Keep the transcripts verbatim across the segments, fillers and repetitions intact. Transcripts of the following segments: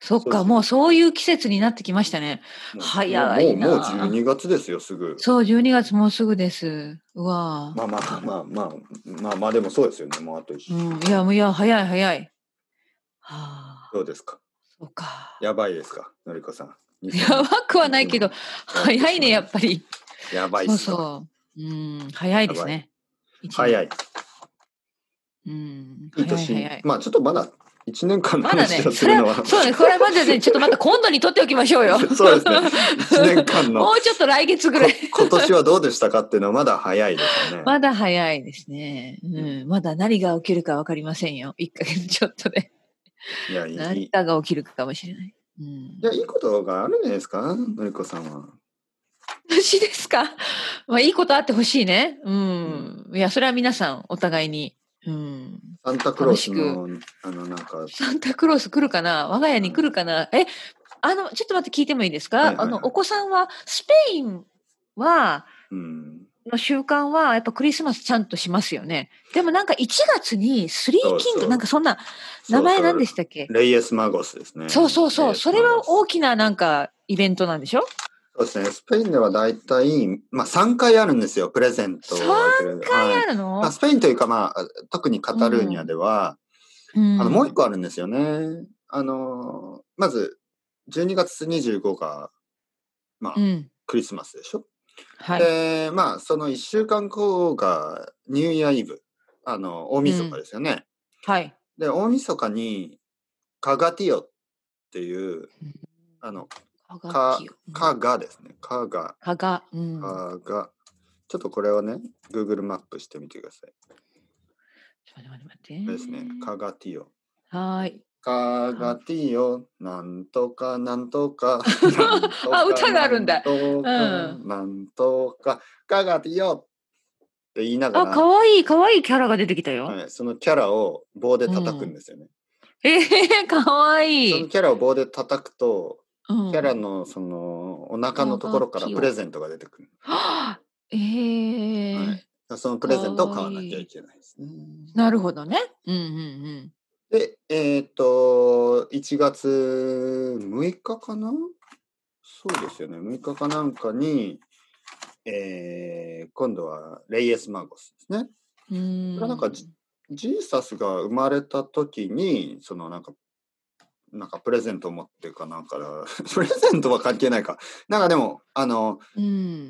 そっか、もうそういう季節になってきましたね。 もう早いな。 もうもうじゅうにがつですよ、すぐ。 そう、じゅうにがつもうすぐです。うわまあまあまあまあまあまあでもそうですよね。もうあと一週うん、いや、いや、早い早い。はあ、 どうですか。 そうか。 やばいですか、のりこさん。 やばくはないけど、早いね、やっぱり。 やばいっそうすか。 そう。うん、早いですね。一年。 早い。 うん、 いい早い早年。 い。 まあちょっとまだいちねんかんのまだね、 話をすそれは、 るのは。 そうね、これはまだね、ちょっとまた今度に取っておきましょうよ。 そうですね。いちねんかんの。 もうちょっと来月ぐらい。 今年はどうでしたかっていうのはまだ早いですよね。 まだ早いですね。うん、まだ何が起きるかわかりませんよ。いっかげつちょっとで。 いや、いい。 何かが起きるかもしれない。うん、いや、いいことがあるんじゃないですか、のりこさんは。 私ですか。まあ、いいことあってほしいね。うん。いや、それは皆さんお互いに。うん。 サンタクロースの、あの、なんか。 サンタクロース来るかな、我が家に来るかな、うん、え、あの、ちょっと待って聞いてもいいですか、はいはいはい、あの、お子さんは、スペインは、うん、の習慣は、やっぱクリスマスちゃんとしますよね。でもなんかいちがつにスリーキング、そうそう、なんかそんな、名前何でしたっけ。 レイエスマゴスですね。 そうそうそう。それは大きななんかイベントなんでしょ。 そうですね。スペインではだいたい、まあさんかいあるんですよ、プレゼントをあげる。 さんかいあるの、はい、 まあ、スペインというか、まあ、特にカタルーニャでは、うん、あのもう一個あるんですよね。あの、まず、じゅうにがつにじゅうごが、まあ、うん、クリスマスでしょ。はい、で、まあ、そのいっしゅうかんごがニューイヤーイブ、あの、大晦日ですよね。うん、はい。で、大晦日に、カガティオっていう、あの、か、かがですね。かが。 かが。うん、 かが。ちょっとこれをね、Google マップしてみてください。 ちょっと待って待って待って。 ですね。かがティオ。 はい。 かがティオ、なんとかなんとか。 あ、歌があるんだ。 うん。なんとか、かがティオって言いながら。 あ、かわいい、かわいいキャラが出てきたよ。 はい、そのキャラを棒で叩くんですよね。 うん、えー、かわいい。 そのキャラを棒で叩くと、うん、キャラのそのお腹のところからプレゼントが出てくる。はあ、えー、はい。そのプレゼントを買わなきゃいけないですね。 なるほどね。うんうんうん。 で、えっと、いちがつむいかかな？そうですよね。むいかかなんかに、えー、今度はレイエスマゴスですね。うん。これはなんかジ、ジーサスが生まれた時に、そのなんか、なんかプレゼントを持ってかなんか、プレゼントは関係ないか。なんかでも、あの、うん、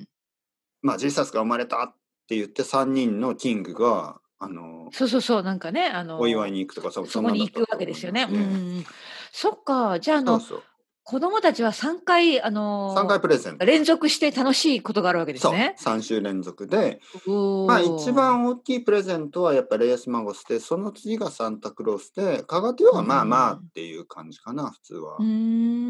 まあ、ジーサスが生まれたって言ってさんにんのキングが、あの、 そうそうそう、なんかね、あの、 お祝いに行くとか、 そ, そこに行くわけですよね。うん。そっか、じゃあ、あの、そうそう、子供たちはさんかい、あの、 さんかいプレゼント。 連続して楽しいことがあるわけですね。 そう、さん週連続で、まあ一番大きいプレゼントはやっぱレイエスマゴスで、その次がサンタクロースで、カガティオはまあまあっていう感じかな、普通は。うん。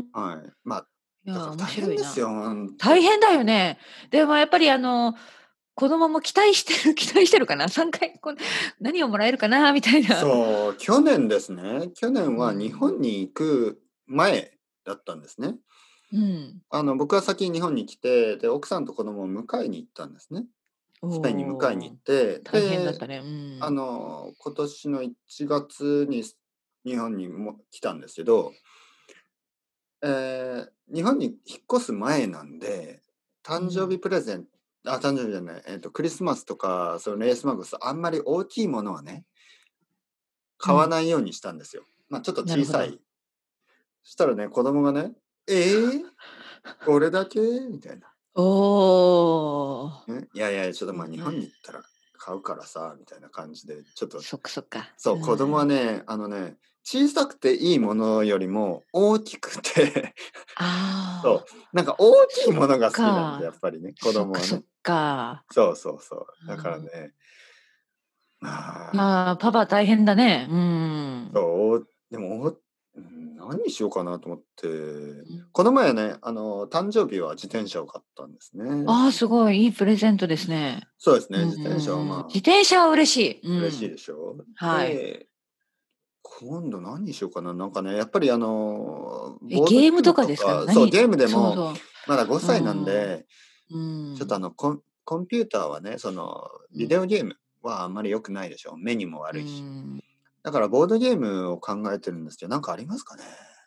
はい。まあ、いや、面白いですよ。 大変だよね。でもやっぱりあの、子供も期待してる、期待してるかな ?さん 回、何をもらえるかなみたいな。 そう、去年ですね。去年は日本に行く前だったんですね。うん、あの僕は先に日本に来て、で、奥さんと子供を迎えに行ったんですね。スペインに迎えに行って、 大変だったね。うん、 あの、今年のいちがつに日本にも来たんですけど、えー、日本に引っ越す前なんで、誕生日プレゼント、うん、あ、誕生日じゃない、えっと、クリスマスとか、そのレースマグス、あんまり大きいものはね、買わないようにしたんですよ。うん、まあちょっと小さい。そしたらね、子供がね、えー、これだけみたいな。 おー。 ね、いやいや、ちょっとまあ日本に行ったら買うからさ、みたいな感じで、ちょっと。 そっかそっか。 そう、子供はね、あのね、小さくていいものよりも大きくてあそうなんか大きいものが好きなんでやっぱりね、子供はね。 そっかそうそうそうだからね、 うん、ああパパ大変だね。うんそうでも何にしようかなと思って、うん、この前ね、あの誕生日は自転車を買ったんですね。 ああすごいいいプレゼントですね。 そうですね、自転車はまあ自転車は嬉しい、 うん、嬉しいでしょ。 はい。 で今度何にしようかな。なんかね、やっぱりあのえゲームとかですか？ そう、ゲームでもそうそうまだごさいなんで、 うん、 ちょっとあのコン、コンピューターはね、そのビデオゲームはあんまり良くないでしょ。目にも悪いし。だからボードゲームを考えてるんですけど、なんかありますかね？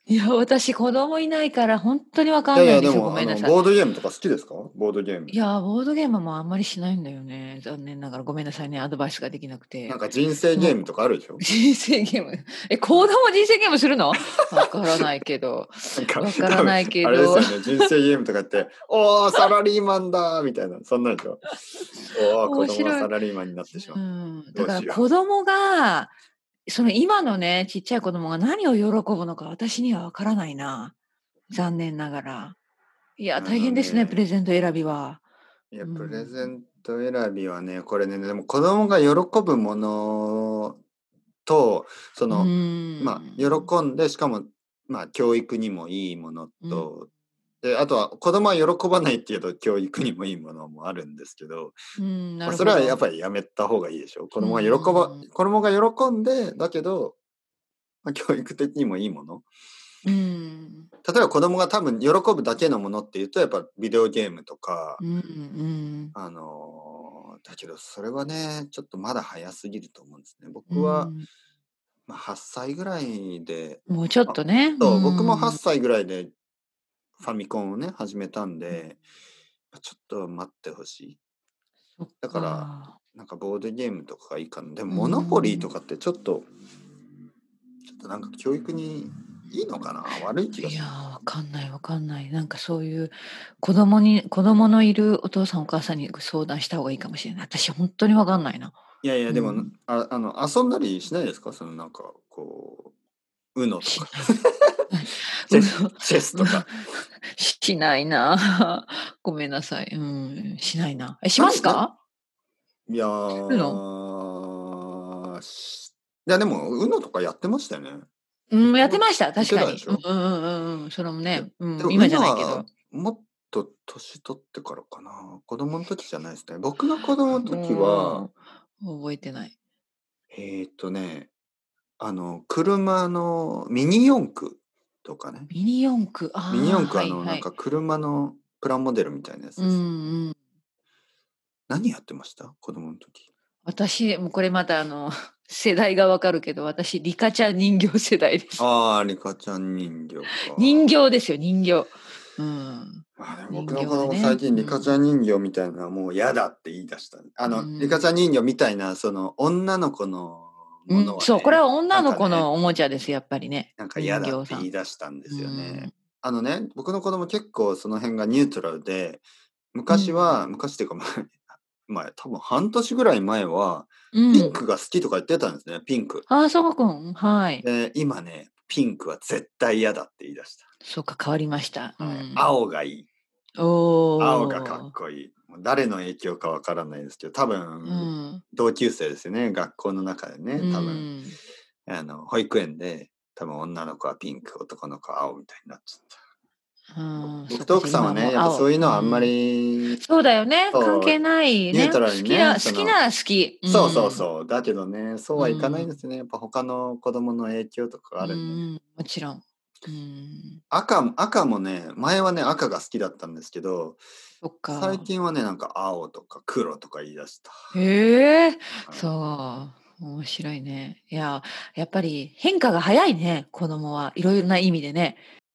いや、私子供いないから本当にわいやいや、 かんないんですよ。ごでも、あの、 めんなさい。 ボードゲームとか好きですか？ボードゲーム。 いや、ボードゲームもあんまりしないんだよね。残念ながら。ごめんなさいね。アドバイスができなくて。 なんか人生ゲームとかあるでしょ？ 人生ゲーム。え、子供人生ゲームするの？わからないけど。 なんか、 わからないけあれですど。 よね、人生ゲームとかって、おー、サラリーマンだーみたいな、そんなんでしょ。おー、子供が面白い。 サラリーマンになってしまうう。 ん。だからどうしよ子供が、その今のね、ちっちゃい子供が何を喜ぶのか私にはわからないな。残念ながら。いや、 う。あ大の変ですね、プレね、 ゼント選びは。 いや、 うプレん。 ゼント選びはね、これね、でも子供が喜ぶものと、そうの、まあ、 ん。 喜んで、しかも、まあ、教育にもいいものうん。 と、で、あとは子供は喜ばないっていうと教育にもいいものもあるんですけど、 うん、なまあ、 るほど。 それはやっぱりやめた方がいいでしょ。子う供が喜ば、 ん。 子供が喜んで、だけど、まあ、教育的にもいいもの。 うん。 例えば子供が多分喜ぶだけのものっていうと、やっぱビデオゲームとか、 うん。うん。 あのーだけどそれはね、ちょっとまだ早すぎると思うんですね。 う僕は、 ん。 まあ、はっさいぐらいで、 もうちょっあ、 とね。うそう、僕も8 ん。 歳ぐらいでファミコンをね、始めたんで、ちょっと待ってほしい。 そっだから、 か。 なんかボードゲームとかがいいかな。でも、 うモノポリーとん。 かってちょっと、ちょっとなんか教育にいいのかな？悪い気がいや、 する。 わかんないわかんない。なんかそういう子供に子供のいるお父さんお母さんに相談した方がいいかもしれない。私ほんとにわかんないな。 いやいや、でも、 うん。 あ、あの、遊んだりしないですか？そのなんか、こう、ウノとか、 しない。はい。 チェス、 うのチェスうのとか。 しないな。ごめんなさい。うん、しないな。え、しま何、な、 すか？ いやうの？ ー、しいやでも、ウノとかやってましたよね。 うん、やってました、 言って確かに。 たでしょ？ うんうんうんうんうん。それもいや、 ね、うん、 でもウ今じゃノはないけど。 もっと年取ってからかな。子供の時じゃないですね。僕が子供のう時は、 ーん、覚えてない。 えーっとね、あの、車のミニ四駆とかね。 ミニ四駆、 ミニああ、 四駆、あの、なはいはい。 んか車のプラモデルみたいなやつうです。 んうん。 何やってました？子供の時。 私、もうこれまたあの、世代がわかるけど、私、リカちゃん人形世代です。 ああ、リカちゃん人形人か。 形ですよ、人形。うん。 まあでも僕人の子形でね。 供最近うん。 リカちゃん人形みたいなのはもう嫌だって言い出した。あうの、リカちん。 ゃん人形みたいな、その女の子のものうん、そう、これはね、 は女のなんかね、 子のおもちゃです、やっぱりね。 なんか嫌だって人形さん。 言い出したんでうすよね。 ん。 あのね、僕の子供結構その辺がニュートラルで、 うん。 昔は、昔っていうか、まあ、まあ、多分半年ぐらい前は、 うん。 ピンクが好きとか言ってたんですね、ピンク。 ああ、そうくん、はい。 で、今ね、ピンクは絶対嫌だって言い出しそうか、変わりました。うた。はい。 ん。 青がいい。 お青がかっお。 こいい。もう誰の影響かわからないですけど、多う分、 ん。 同級生ですよね、学校の中でうね、多分、 ん。 あの、保育園で、多分女の子はピンク、男の子は青みたいになっちゃった。 うん、そっか、 僕とじゃあ今は奥さんはね、やっぱそもう青。 ういうのはあんまうん。 り、 そうだよね、関そう、 係ないね。 ニュートラル好きなにね、その、 好きなら好き。うそうそうん。 そう。だけどね、そううはいかないんん。 ですね。やっぱ他の子供の影響とかがうあるんでね。 ん、もちろん。うん。 赤、赤もね、前はね、赤が好きだったんですけど、 そっ最か。 近はね、なんか青とか黒とか言い出した。 へえ、 はい。 そう。面白いね。いや、やっぱり変化が早いね、子供は。いろいろな意味でね。